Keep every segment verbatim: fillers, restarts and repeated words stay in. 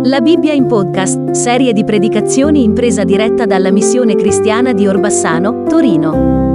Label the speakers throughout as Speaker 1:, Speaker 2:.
Speaker 1: La Bibbia in podcast, serie di predicazioni in presa diretta dalla missione cristiana di Orbassano, Torino.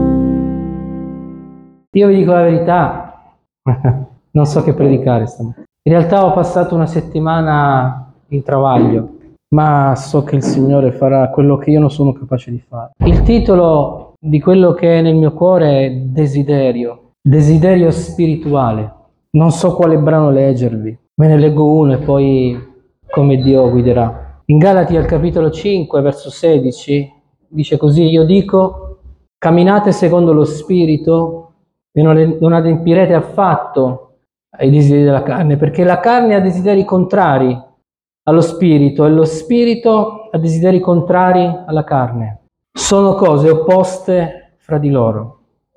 Speaker 2: Io vi dico la verità, non so che predicare stamattina. In realtà ho passato una settimana in travaglio, ma so che il Signore farà quello che io non sono capace di fare. Il titolo di quello che è nel mio cuore è Desiderio, desiderio spirituale. Non so quale brano leggervi, me ne leggo uno e poi come Dio guiderà. In Galati al capitolo cinque, verso sedici, dice così: io dico, camminate secondo lo Spirito e non, non adempirete affatto ai desideri della carne, perché la carne ha desideri contrari allo Spirito e lo Spirito ha desideri contrari alla carne. Sono cose opposte fra di loro,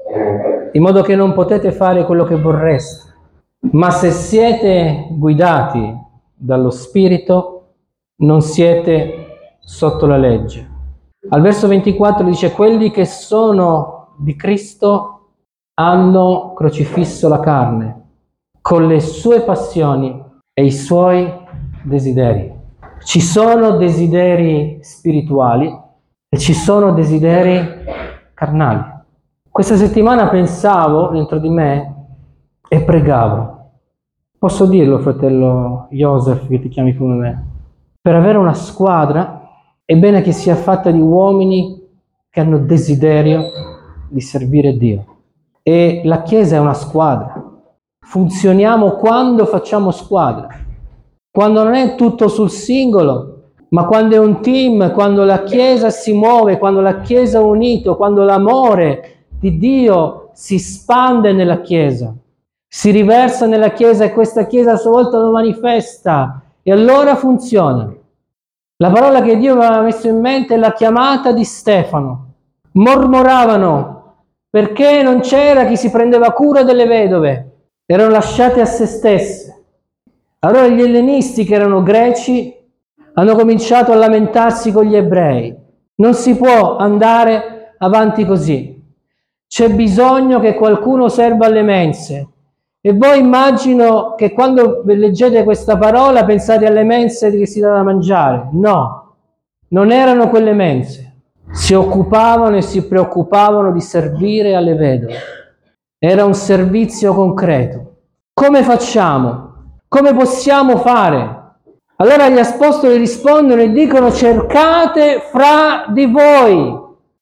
Speaker 2: in modo che non potete fare quello che vorreste. Ma se siete guidati dallo Spirito, non siete sotto la legge. Al verso ventiquattro dice: quelli che sono di Cristo hanno crocifisso la carne con le sue passioni e i suoi desideri. Ci sono desideri spirituali e ci sono desideri carnali. Questa settimana pensavo dentro di me e pregavo. Posso dirlo, fratello Joseph, che ti chiami come me? Per avere una squadra è bene che sia fatta di uomini che hanno desiderio di servire Dio. E la Chiesa è una squadra. Funzioniamo quando facciamo squadra. Quando non è tutto sul singolo, ma quando è un team, quando la Chiesa si muove, quando la Chiesa è unita, quando l'amore di Dio si spande nella Chiesa, si riversa nella Chiesa e questa Chiesa a sua volta lo manifesta e allora funziona. La parola che Dio mi aveva messo in mente è la chiamata di Stefano. Mormoravano perché non c'era chi si prendeva cura delle vedove, erano lasciate a se stesse. Allora gli ellenisti, che erano greci, hanno cominciato a lamentarsi con gli ebrei. Non si può andare avanti così. C'è bisogno che qualcuno serva alle mense. E voi immagino che quando leggete questa parola pensate alle mense che si dà da mangiare. No, non erano quelle mense. Si occupavano e si preoccupavano di servire alle vedove. Era un servizio concreto. Come facciamo? Come possiamo fare? Allora gli apostoli rispondono e dicono: cercate fra di voi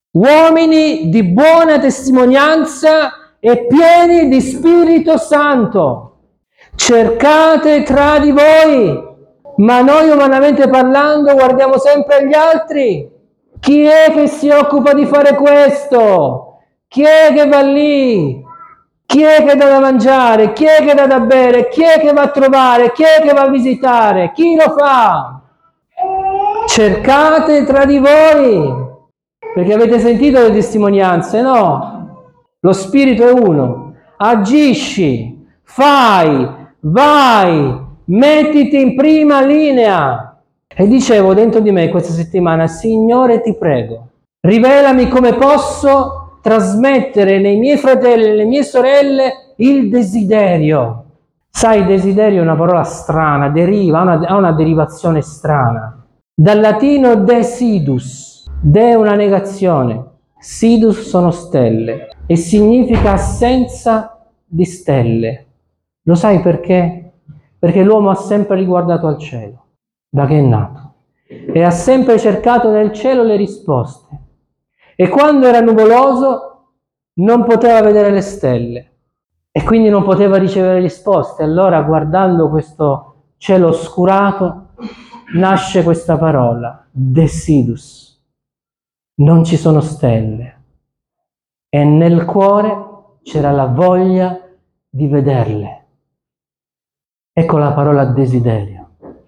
Speaker 2: uomini di buona testimonianza e pieni di Spirito Santo. Cercate tra di voi. Ma noi, umanamente parlando, guardiamo sempre agli altri. Chi è che si occupa di fare questo? Chi è che va lì? Chi è che dà da mangiare? Chi è che dà da bere? Chi è che va a trovare? Chi è che va a visitare? Chi lo fa? Cercate tra di voi. Perché avete sentito le testimonianze, no? Lo Spirito è uno. Agisci, fai, vai, mettiti in prima linea. E dicevo dentro di me questa settimana: Signore, ti prego, rivelami come posso trasmettere nei miei fratelli e nelle mie sorelle il desiderio. Sai, desiderio è una parola strana, deriva, ha una, ha una derivazione strana. Dal latino desidus. De è una negazione, sidus sono stelle e significa assenza di stelle. Lo sai perché? Perché l'uomo ha sempre riguardato al cielo, da che è nato, e ha sempre cercato nel cielo le risposte. E quando era nuvoloso non poteva vedere le stelle e quindi non poteva ricevere risposte. Allora, guardando questo cielo oscurato, nasce questa parola, desidus. Non ci sono stelle e nel cuore c'era la voglia di vederle. Ecco la parola desiderio.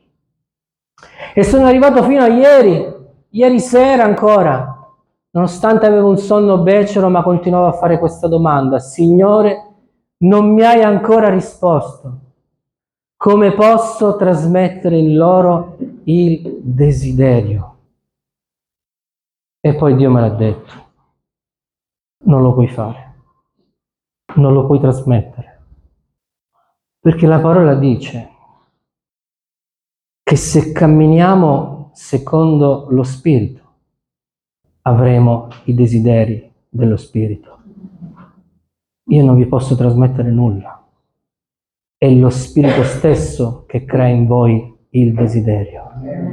Speaker 2: E sono arrivato fino a ieri, ieri sera ancora, nonostante avevo un sonno becero, ma continuavo a fare questa domanda: Signore, non mi hai ancora risposto. Come posso trasmettere in loro il desiderio? E poi Dio me l'ha detto: non lo puoi fare, non lo puoi trasmettere, perché la parola dice che se camminiamo secondo lo Spirito avremo i desideri dello Spirito. Io non vi posso trasmettere nulla. È lo Spirito stesso che crea in voi il desiderio.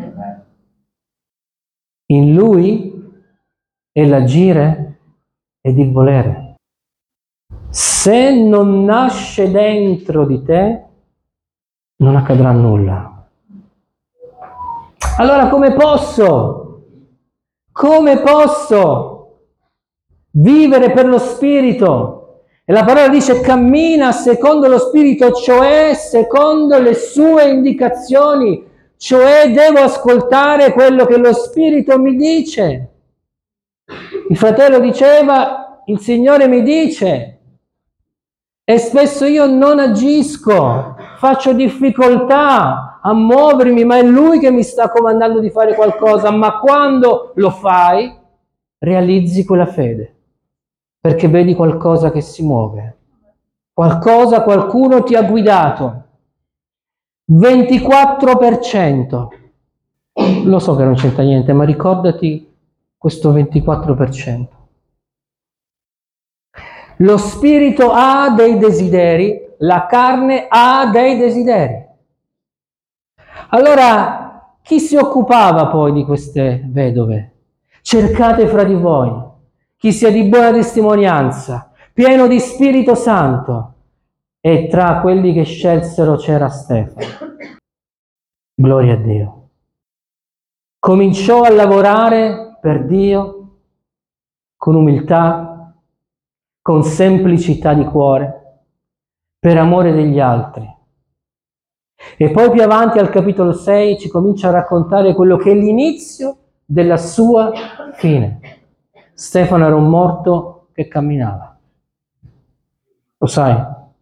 Speaker 2: In Lui è l'agire ed il volere. Se non nasce dentro di te, non accadrà nulla. Allora come posso? Come posso vivere per lo Spirito? E la parola dice cammina secondo lo Spirito, cioè secondo le sue indicazioni, cioè devo ascoltare quello che lo Spirito mi dice. Il fratello diceva, il Signore mi dice, e spesso io non agisco, faccio difficoltà a muovermi, ma è Lui che mi sta comandando di fare qualcosa, ma quando lo fai, realizzi quella fede. Perché vedi qualcosa che si muove, qualcosa, qualcuno ti ha guidato. ventiquattro per cento. Lo so che non c'entra niente, ma ricordati questo ventiquattro per cento. Lo spirito ha dei desideri, la carne ha dei desideri. Allora, chi si occupava poi di queste vedove? Cercate fra di voi chi sia di buona testimonianza, pieno di Spirito Santo. E tra quelli che scelsero c'era Stefano. Gloria a Dio. Cominciò a lavorare per Dio con umiltà, con semplicità di cuore, per amore degli altri. E poi più avanti al capitolo sei ci comincia a raccontare quello che è l'inizio della sua fine. Stefano era un morto che camminava. Lo sai?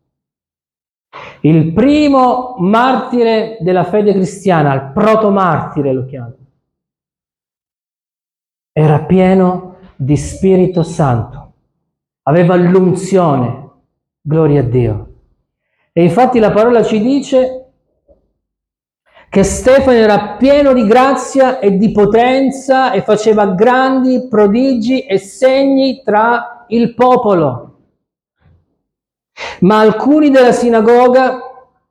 Speaker 2: Il primo martire della fede cristiana, il protomartire lo chiamano, era pieno di Spirito Santo, aveva l'unzione, gloria a Dio. E infatti la parola ci dice che Stefano era pieno di grazia e di potenza e faceva grandi prodigi e segni tra il popolo. Ma alcuni della sinagoga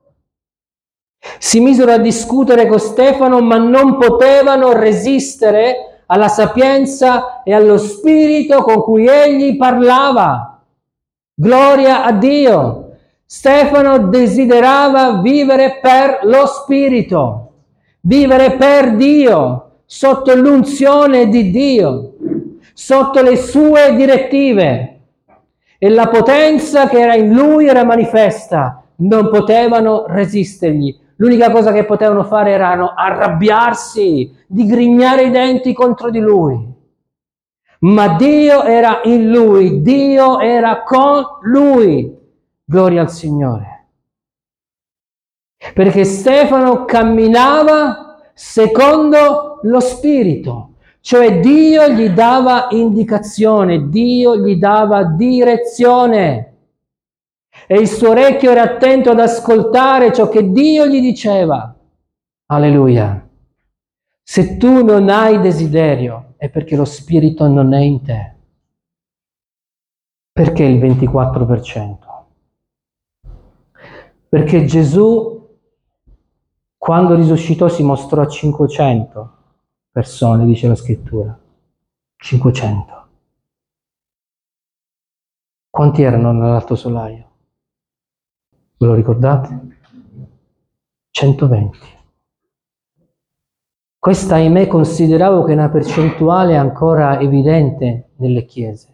Speaker 2: si misero a discutere con Stefano, ma non potevano resistere alla sapienza e allo spirito con cui egli parlava. Gloria a Dio! Stefano desiderava vivere per lo Spirito, vivere per Dio, sotto l'unzione di Dio, sotto le sue direttive. E la potenza che era in lui era manifesta, non potevano resistergli. L'unica cosa che potevano fare era arrabbiarsi, digrignare i denti contro di lui. Ma Dio era in lui, Dio era con lui. Gloria al Signore. Perché Stefano camminava secondo lo Spirito, cioè Dio gli dava indicazione, Dio gli dava direzione. E il suo orecchio era attento ad ascoltare ciò che Dio gli diceva. Alleluia. Se tu non hai desiderio, è perché lo Spirito non è in te. Perché il ventiquattro per cento? Perché Gesù, quando risuscitò, si mostrò a cinquecento persone, dice la Scrittura. cinquecento. Quanti erano nell'alto solaio? Ve lo ricordate? centoventi. Questa, ahimè, consideravo che è una percentuale ancora evidente nelle chiese,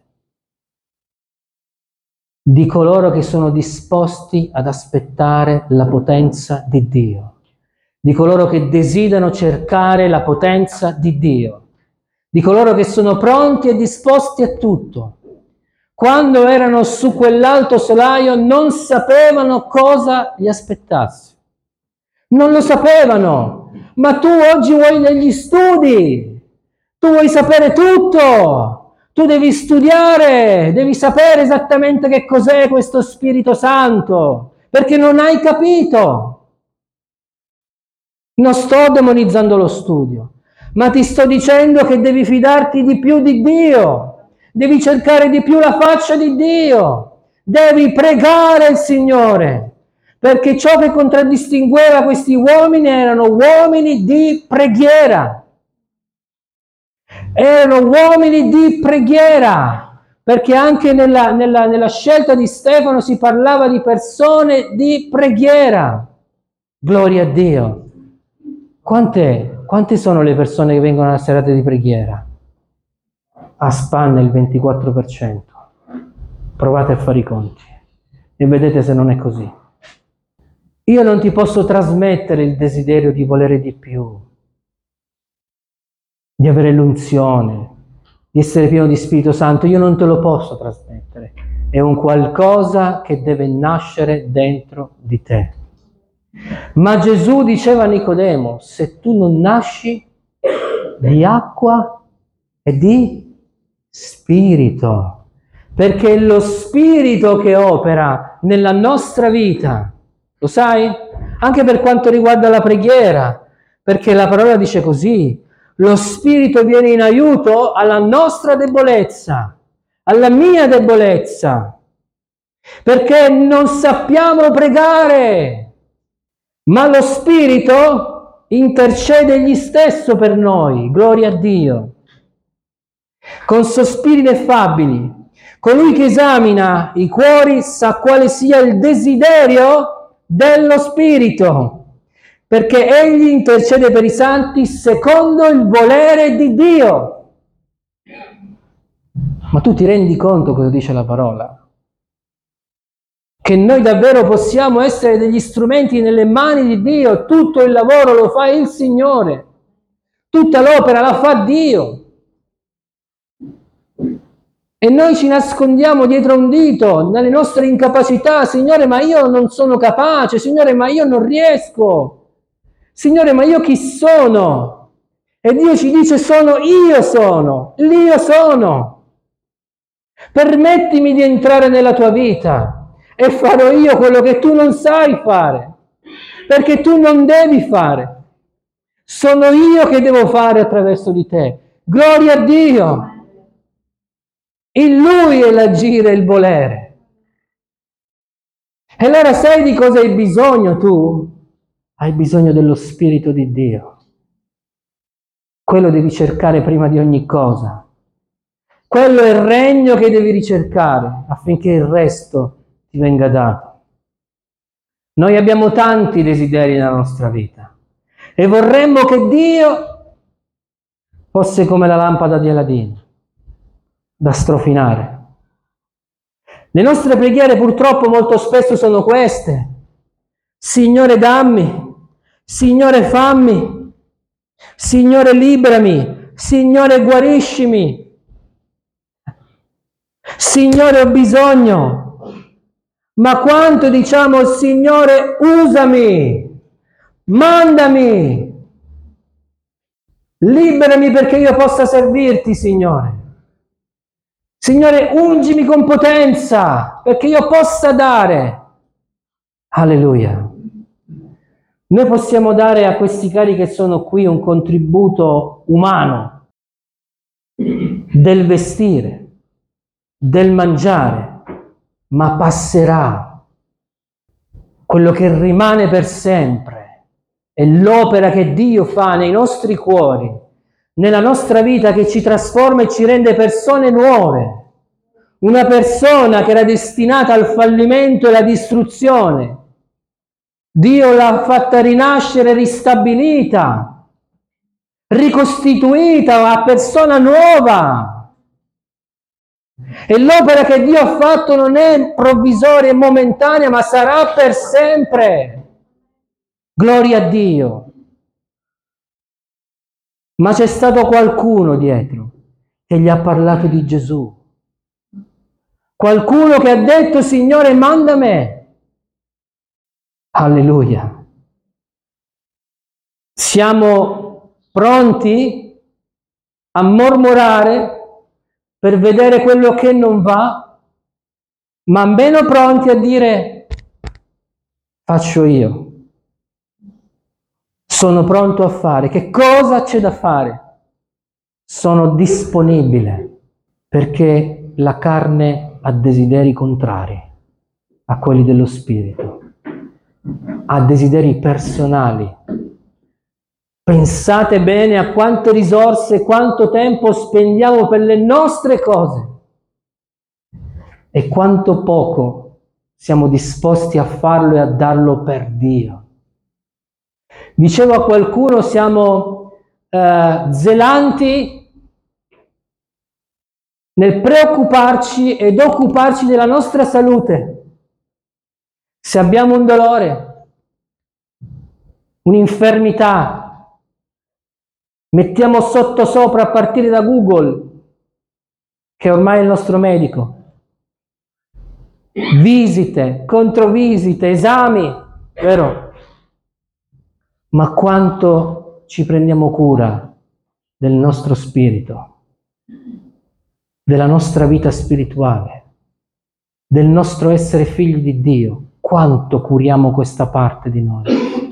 Speaker 2: di coloro che sono disposti ad aspettare la potenza di Dio, di coloro che desiderano cercare la potenza di Dio, di coloro che sono pronti e disposti a tutto. Quando erano su quell'alto solaio non sapevano cosa li aspettasse. Non lo sapevano. Ma tu oggi vuoi degli studi, tu vuoi sapere tutto. Tu devi studiare, devi sapere esattamente che cos'è questo Spirito Santo, perché non hai capito. Non sto demonizzando lo studio, ma ti sto dicendo che devi fidarti di più di Dio, devi cercare di più la faccia di Dio, devi pregare il Signore, perché ciò che contraddistingueva questi uomini erano uomini di preghiera. Erano uomini di preghiera, perché anche nella, nella, nella scelta di Stefano si parlava di persone di preghiera. Gloria a Dio. Quante, quante sono le persone che vengono alla serata di preghiera? A spanne il ventiquattro per cento. Provate a fare i conti e vedete se non è così. Io non ti posso trasmettere il desiderio di volere di più, di avere l'unzione, di essere pieno di Spirito Santo. Io non te lo posso trasmettere. È un qualcosa che deve nascere dentro di te. Ma Gesù diceva a Nicodemo: se tu non nasci di acqua e di spirito, perché è lo spirito che opera nella nostra vita, lo sai? Anche per quanto riguarda la preghiera, perché la parola dice così: lo spirito viene in aiuto alla nostra debolezza, alla mia debolezza, perché non sappiamo pregare. Ma lo Spirito intercede egli stesso per noi, gloria a Dio, con sospiri ineffabili. Colui che esamina i cuori sa quale sia il desiderio dello Spirito, perché egli intercede per i santi secondo il volere di Dio. Ma tu ti rendi conto cosa dice la parola? Che noi davvero possiamo essere degli strumenti nelle mani di Dio, tutto il lavoro lo fa il Signore, tutta l'opera la fa Dio. E noi ci nascondiamo dietro un dito, nelle nostre incapacità: Signore, ma io non sono capace, Signore, ma io non riesco, Signore, ma io chi sono? E Dio ci dice: sono io sono, l'io sono. Permettimi di entrare nella tua vita e farò io quello che tu non sai fare, perché tu non devi fare. Sono io che devo fare attraverso di te. Gloria a Dio! In Lui è l'agire e il volere. E allora sai di cosa hai bisogno tu? Hai bisogno dello Spirito di Dio. Quello devi cercare prima di ogni cosa. Quello è il regno che devi ricercare affinché il resto ti venga dato. Noi abbiamo tanti desideri nella nostra vita e vorremmo che Dio fosse come la lampada di Aladino, da strofinare. Le nostre preghiere purtroppo molto spesso sono queste: Signore dammi, Signore fammi, Signore liberami, Signore guariscimi, Signore ho bisogno. Ma quanto diciamo: Signore usami, mandami, liberami perché io possa servirti, Signore. Signore, ungimi con potenza perché io possa dare. Alleluia. Noi possiamo dare a questi cari che sono qui un contributo umano, del vestire, del mangiare, ma passerà. Quello che rimane per sempre è l'opera che Dio fa nei nostri cuori, nella nostra vita, che ci trasforma e ci rende persone nuove. Una persona che era destinata al fallimento e alla distruzione, Dio l'ha fatta rinascere, ristabilita, ricostituita a persona nuova. E l'opera che Dio ha fatto non è provvisoria e momentanea, ma sarà per sempre. Gloria a Dio. Ma c'è stato qualcuno dietro che gli ha parlato di Gesù. Qualcuno che ha detto: Signore, manda me. Alleluia. Siamo pronti a mormorare per vedere quello che non va, ma meno pronti a dire: faccio io. Sono pronto a fare. Che cosa c'è da fare? Sono disponibile, perché la carne ha desideri contrari a quelli dello spirito, ha desideri personali. Pensate bene a quante risorse, quanto tempo spendiamo per le nostre cose e quanto poco siamo disposti a farlo e a darlo per Dio. Dicevo a qualcuno, siamo eh, zelanti nel preoccuparci ed occuparci della nostra salute. Se abbiamo un dolore, un'infermità, mettiamo sotto sopra a partire da Google, che ormai è il nostro medico, visite, controvisite, esami, vero? Ma quanto ci prendiamo cura del nostro spirito, della nostra vita spirituale, del nostro essere figli di Dio? Quanto curiamo questa parte di noi?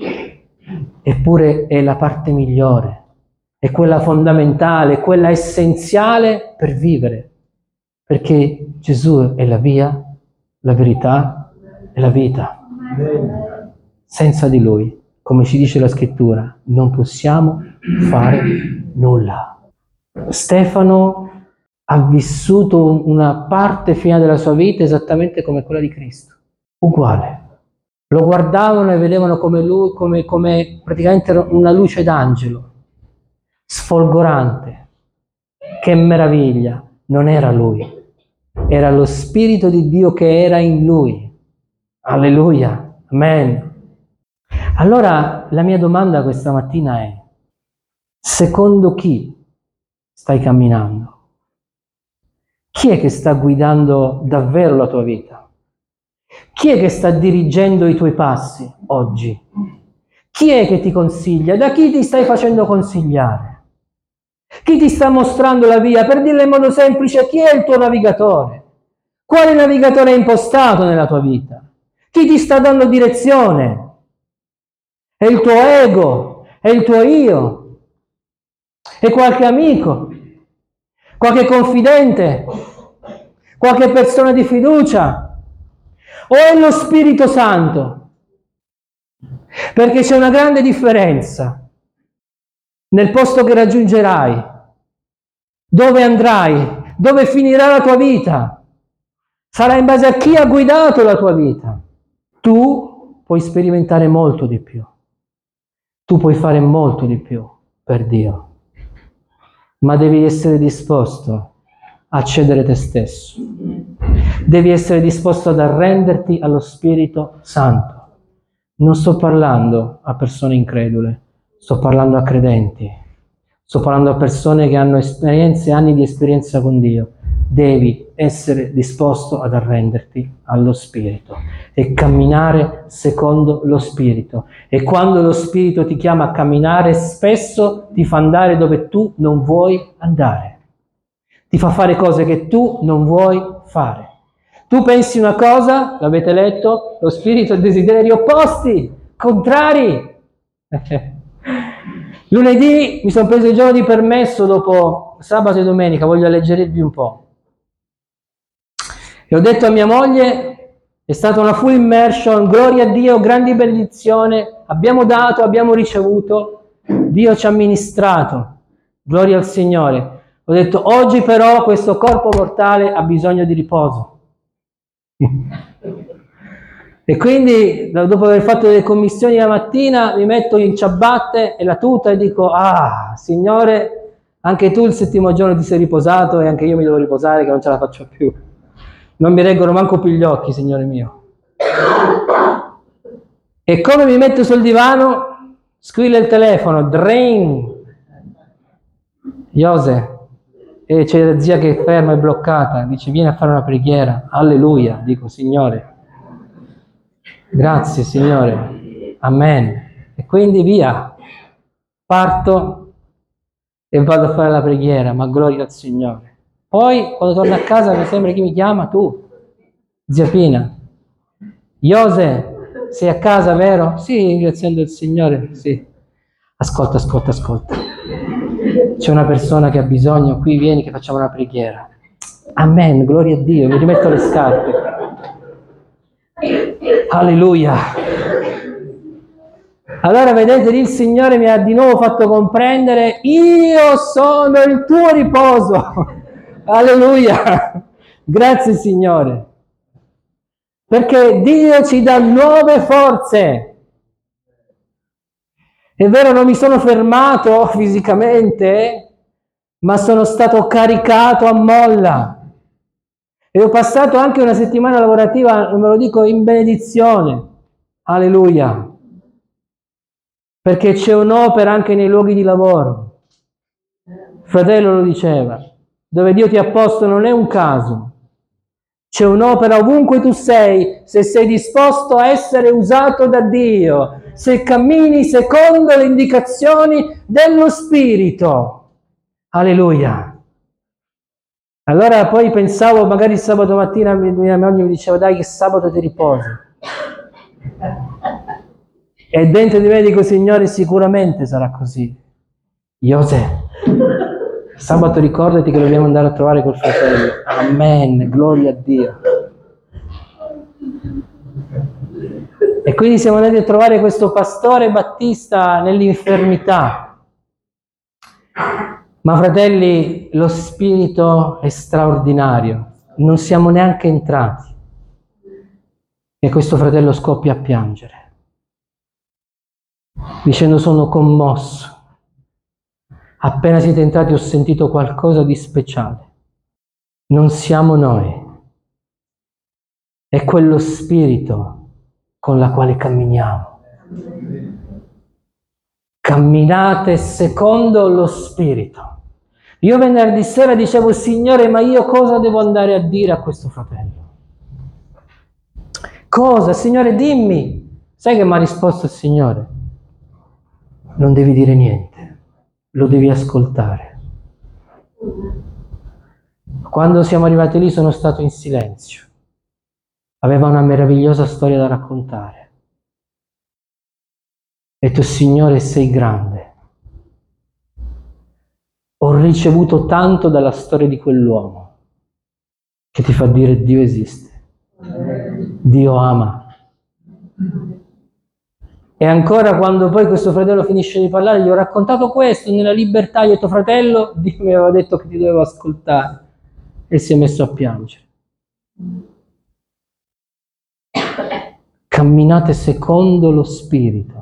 Speaker 2: Eppure è la parte migliore, è quella fondamentale, è quella essenziale per vivere, perché Gesù è la via, la verità e la vita. Senza di Lui, come ci dice la Scrittura, non possiamo fare nulla. Stefano ha vissuto una parte finale della sua vita esattamente come quella di Cristo, uguale. Lo guardavano e vedevano come lui, come, come praticamente una luce d'angelo, sfolgorante. Che meraviglia! Non era lui, era lo Spirito di Dio che era in lui. Alleluia, amen. Allora la mia domanda questa mattina è: secondo chi stai camminando? Chi è che sta guidando davvero la tua vita? Chi è che sta dirigendo i tuoi passi oggi? Chi è che ti consiglia? Da chi ti stai facendo consigliare? Chi ti sta mostrando la via? Per dirla in modo semplice, chi è il tuo navigatore? Quale navigatore è impostato nella tua vita? Chi ti sta dando direzione? È il tuo ego? È il tuo io? È qualche amico? Qualche confidente? Qualche persona di fiducia? O è lo Spirito Santo? Perché c'è una grande differenza nel posto che raggiungerai, dove andrai, dove finirà la tua vita. Sarà in base a chi ha guidato la tua vita. Tu puoi sperimentare molto di più. Tu puoi fare molto di più per Dio. Ma devi essere disposto a cedere te stesso. Devi essere disposto ad arrenderti allo Spirito Santo. Non sto parlando a persone incredule, sto parlando a credenti. Sto parlando a persone che hanno esperienze, anni di esperienza con Dio. Devi essere disposto ad arrenderti allo Spirito e camminare secondo lo Spirito. E quando lo Spirito ti chiama a camminare, spesso ti fa andare dove tu non vuoi andare. Ti fa fare cose che tu non vuoi fare. Tu pensi una cosa, l'avete letto, lo Spirito e i desideri opposti, contrari. Lunedì mi sono preso il giorno di permesso dopo sabato e domenica, voglio alleggerirvi un po'. E ho detto a mia moglie, è stata una full immersion, gloria a Dio, grandi benedizione, abbiamo dato, abbiamo ricevuto, Dio ci ha ministrato, gloria al Signore. Ho detto, oggi però questo corpo mortale ha bisogno di riposo. E quindi, dopo aver fatto delle commissioni la mattina, mi metto in ciabatte e la tuta e dico, ah, Signore, anche tu il settimo giorno ti sei riposato e anche io mi devo riposare che non ce la faccio più. Non mi reggono manco più gli occhi, Signore mio. E come mi metto sul divano, squilla il telefono, drain. Iose, e c'è la zia che è ferma e bloccata, dice vieni a fare una preghiera, alleluia, dico Signore, grazie Signore, amen, e quindi via, parto e vado a fare la preghiera, ma gloria al Signore. Poi quando torno a casa mi sembra chi mi chiama, tu, zia Pina, Iose, sei a casa vero? Sì, ringraziando il Signore, sì. Ascolta, ascolta, ascolta. C'è una persona che ha bisogno, qui vieni che facciamo una preghiera. Amen, gloria a Dio, mi rimetto le scarpe. Alleluia. Allora vedete, il Signore mi ha di nuovo fatto comprendere, io sono il tuo riposo. Alleluia. Grazie Signore. Perché Dio ci dà nuove forze. È vero, non mi sono fermato fisicamente, ma sono stato caricato a molla. E ho passato anche una settimana lavorativa, me lo dico, in benedizione. Alleluia. Perché c'è un'opera anche nei luoghi di lavoro. Fratello lo diceva, dove Dio ti ha posto non è un caso. C'è un'opera ovunque tu sei, se sei disposto a essere usato da Dio, se cammini secondo le indicazioni dello Spirito. Alleluia. Allora poi pensavo, magari il sabato mattina mia moglie mi diceva, dai che sabato ti riposi. E dentro di me dico, Signore, sicuramente sarà così. José, sabato ricordati che dobbiamo andare a trovare col fratello. Amen, gloria a Dio. E quindi siamo andati a trovare questo pastore Battista nell'infermità. Ma fratelli, lo spirito è straordinario. Non siamo neanche entrati. E questo fratello scoppia a piangere, dicendo sono commosso. Appena siete entrati ho sentito qualcosa di speciale. Non siamo noi. È quello spirito con la quale camminiamo. Camminate secondo lo spirito. Io venerdì sera dicevo, Signore, ma io cosa devo andare a dire a questo fratello? Cosa? Signore, dimmi. Sai che mi ha risposto il Signore? Non devi dire niente, lo devi ascoltare. Quando siamo arrivati lì sono stato in silenzio. Aveva una meravigliosa storia da raccontare. E tu, Signore, sei grande. Ho ricevuto tanto dalla storia di quell'uomo che ti fa dire Dio esiste. Dio ama. E ancora quando poi questo fratello finisce di parlare, gli ho raccontato questo nella libertà, gli ho detto, fratello, Dio mi aveva detto che ti dovevo ascoltare. E si è messo a piangere. Camminate secondo lo Spirito.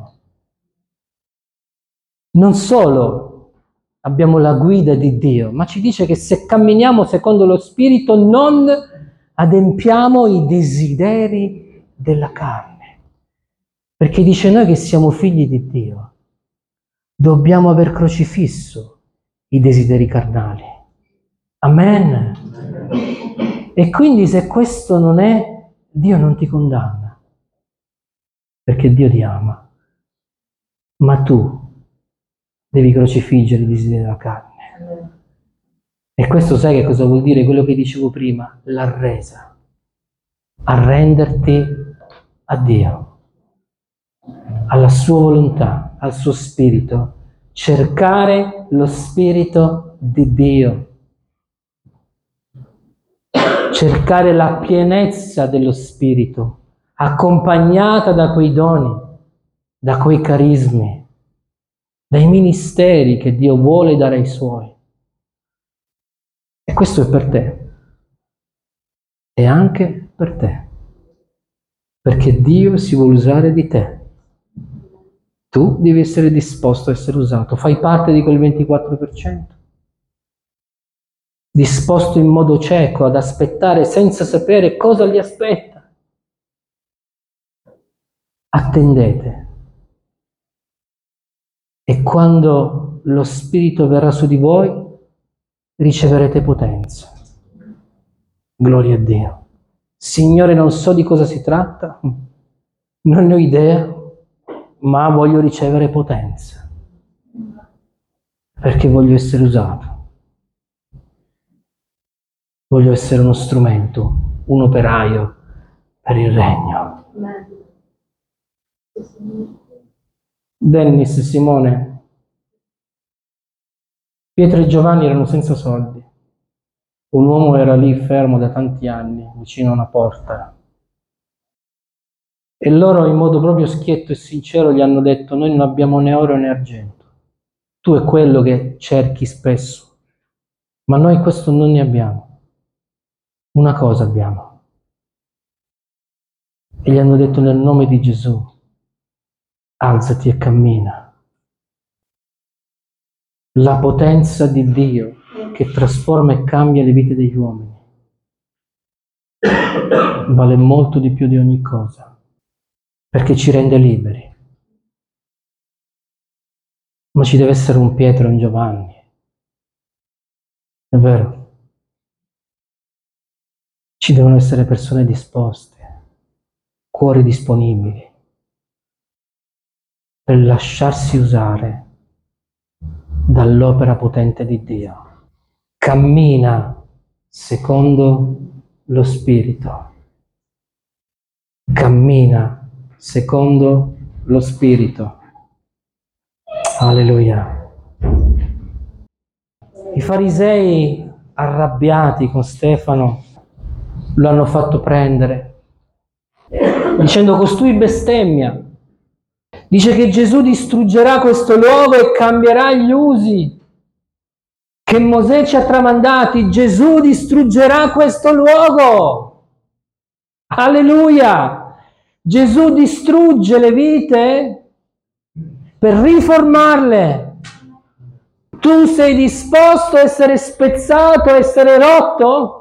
Speaker 2: Non solo abbiamo la guida di Dio, ma ci dice che se camminiamo secondo lo Spirito non adempiamo i desideri della carne. Perché dice noi che siamo figli di Dio, dobbiamo aver crocifisso i desideri carnali. Amen. E quindi se questo non è, Dio non ti condanna, perché Dio ti ama. Ma tu devi crocifiggere i desideri della carne. E questo sai che cosa vuol dire? Quello che dicevo prima, la resa. Arrenderti a Dio, alla sua volontà, al suo spirito, cercare lo spirito di Dio, cercare la pienezza dello spirito, accompagnata da quei doni, da quei carismi, dai ministeri che Dio vuole dare ai suoi. E questo è per te, e anche per te, perché Dio si vuole usare di te. Tu devi essere disposto a essere usato. Fai parte di quel ventiquattro per cento. Disposto in modo cieco ad aspettare senza sapere cosa gli aspetta. Attendete. E quando lo Spirito verrà su di voi, riceverete potenza. Gloria a Dio. Signore, non so di cosa si tratta, non ne ho idea, ma voglio ricevere potenza, perché voglio essere usato. Voglio essere uno strumento, un operaio per il regno. Dennis, Simone, Pietro e Giovanni erano senza soldi. Un uomo era lì fermo da tanti anni, vicino a una porta. E loro in modo proprio schietto e sincero gli hanno detto: noi non abbiamo né oro né argento. Tu è quello che cerchi spesso, ma noi questo non ne abbiamo. Una cosa abbiamo. E gli hanno detto: nel nome di Gesù, alzati e cammina. La potenza di Dio che trasforma e cambia le vite degli uomini vale molto di più di ogni cosa, perché ci rende liberi. Ma ci deve essere un Pietro e un Giovanni. È vero. Ci devono essere persone disposte, cuori disponibili, per lasciarsi usare dall'opera potente di Dio. Cammina secondo lo Spirito. Cammina secondo lo Spirito. Alleluia. I farisei, arrabbiati con Stefano, lo hanno fatto prendere, dicendo: costui bestemmia. Dice che Gesù distruggerà questo luogo e cambierà gli usi che Mosè ci ha tramandati. Gesù distruggerà questo luogo. Alleluia! Gesù distrugge le vite per riformarle. Tu sei disposto a essere spezzato, a essere rotto?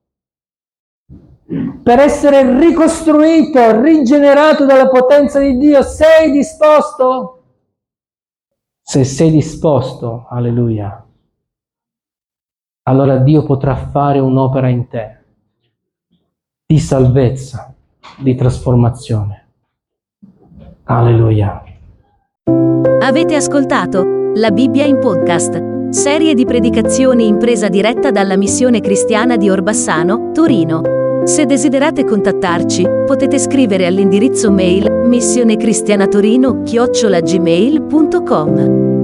Speaker 2: Per essere ricostruito, rigenerato dalla potenza di Dio? Sei disposto? Se sei disposto, alleluia, allora Dio potrà fare un'opera in te di salvezza, di trasformazione. Alleluia.
Speaker 1: Avete ascoltato La Bibbia in podcast, serie di predicazioni in presa diretta dalla Missione Cristiana di Orbassano, Torino. Se desiderate contattarci, potete scrivere all'indirizzo mail missionecristianatorino chiocciola gmail punto com.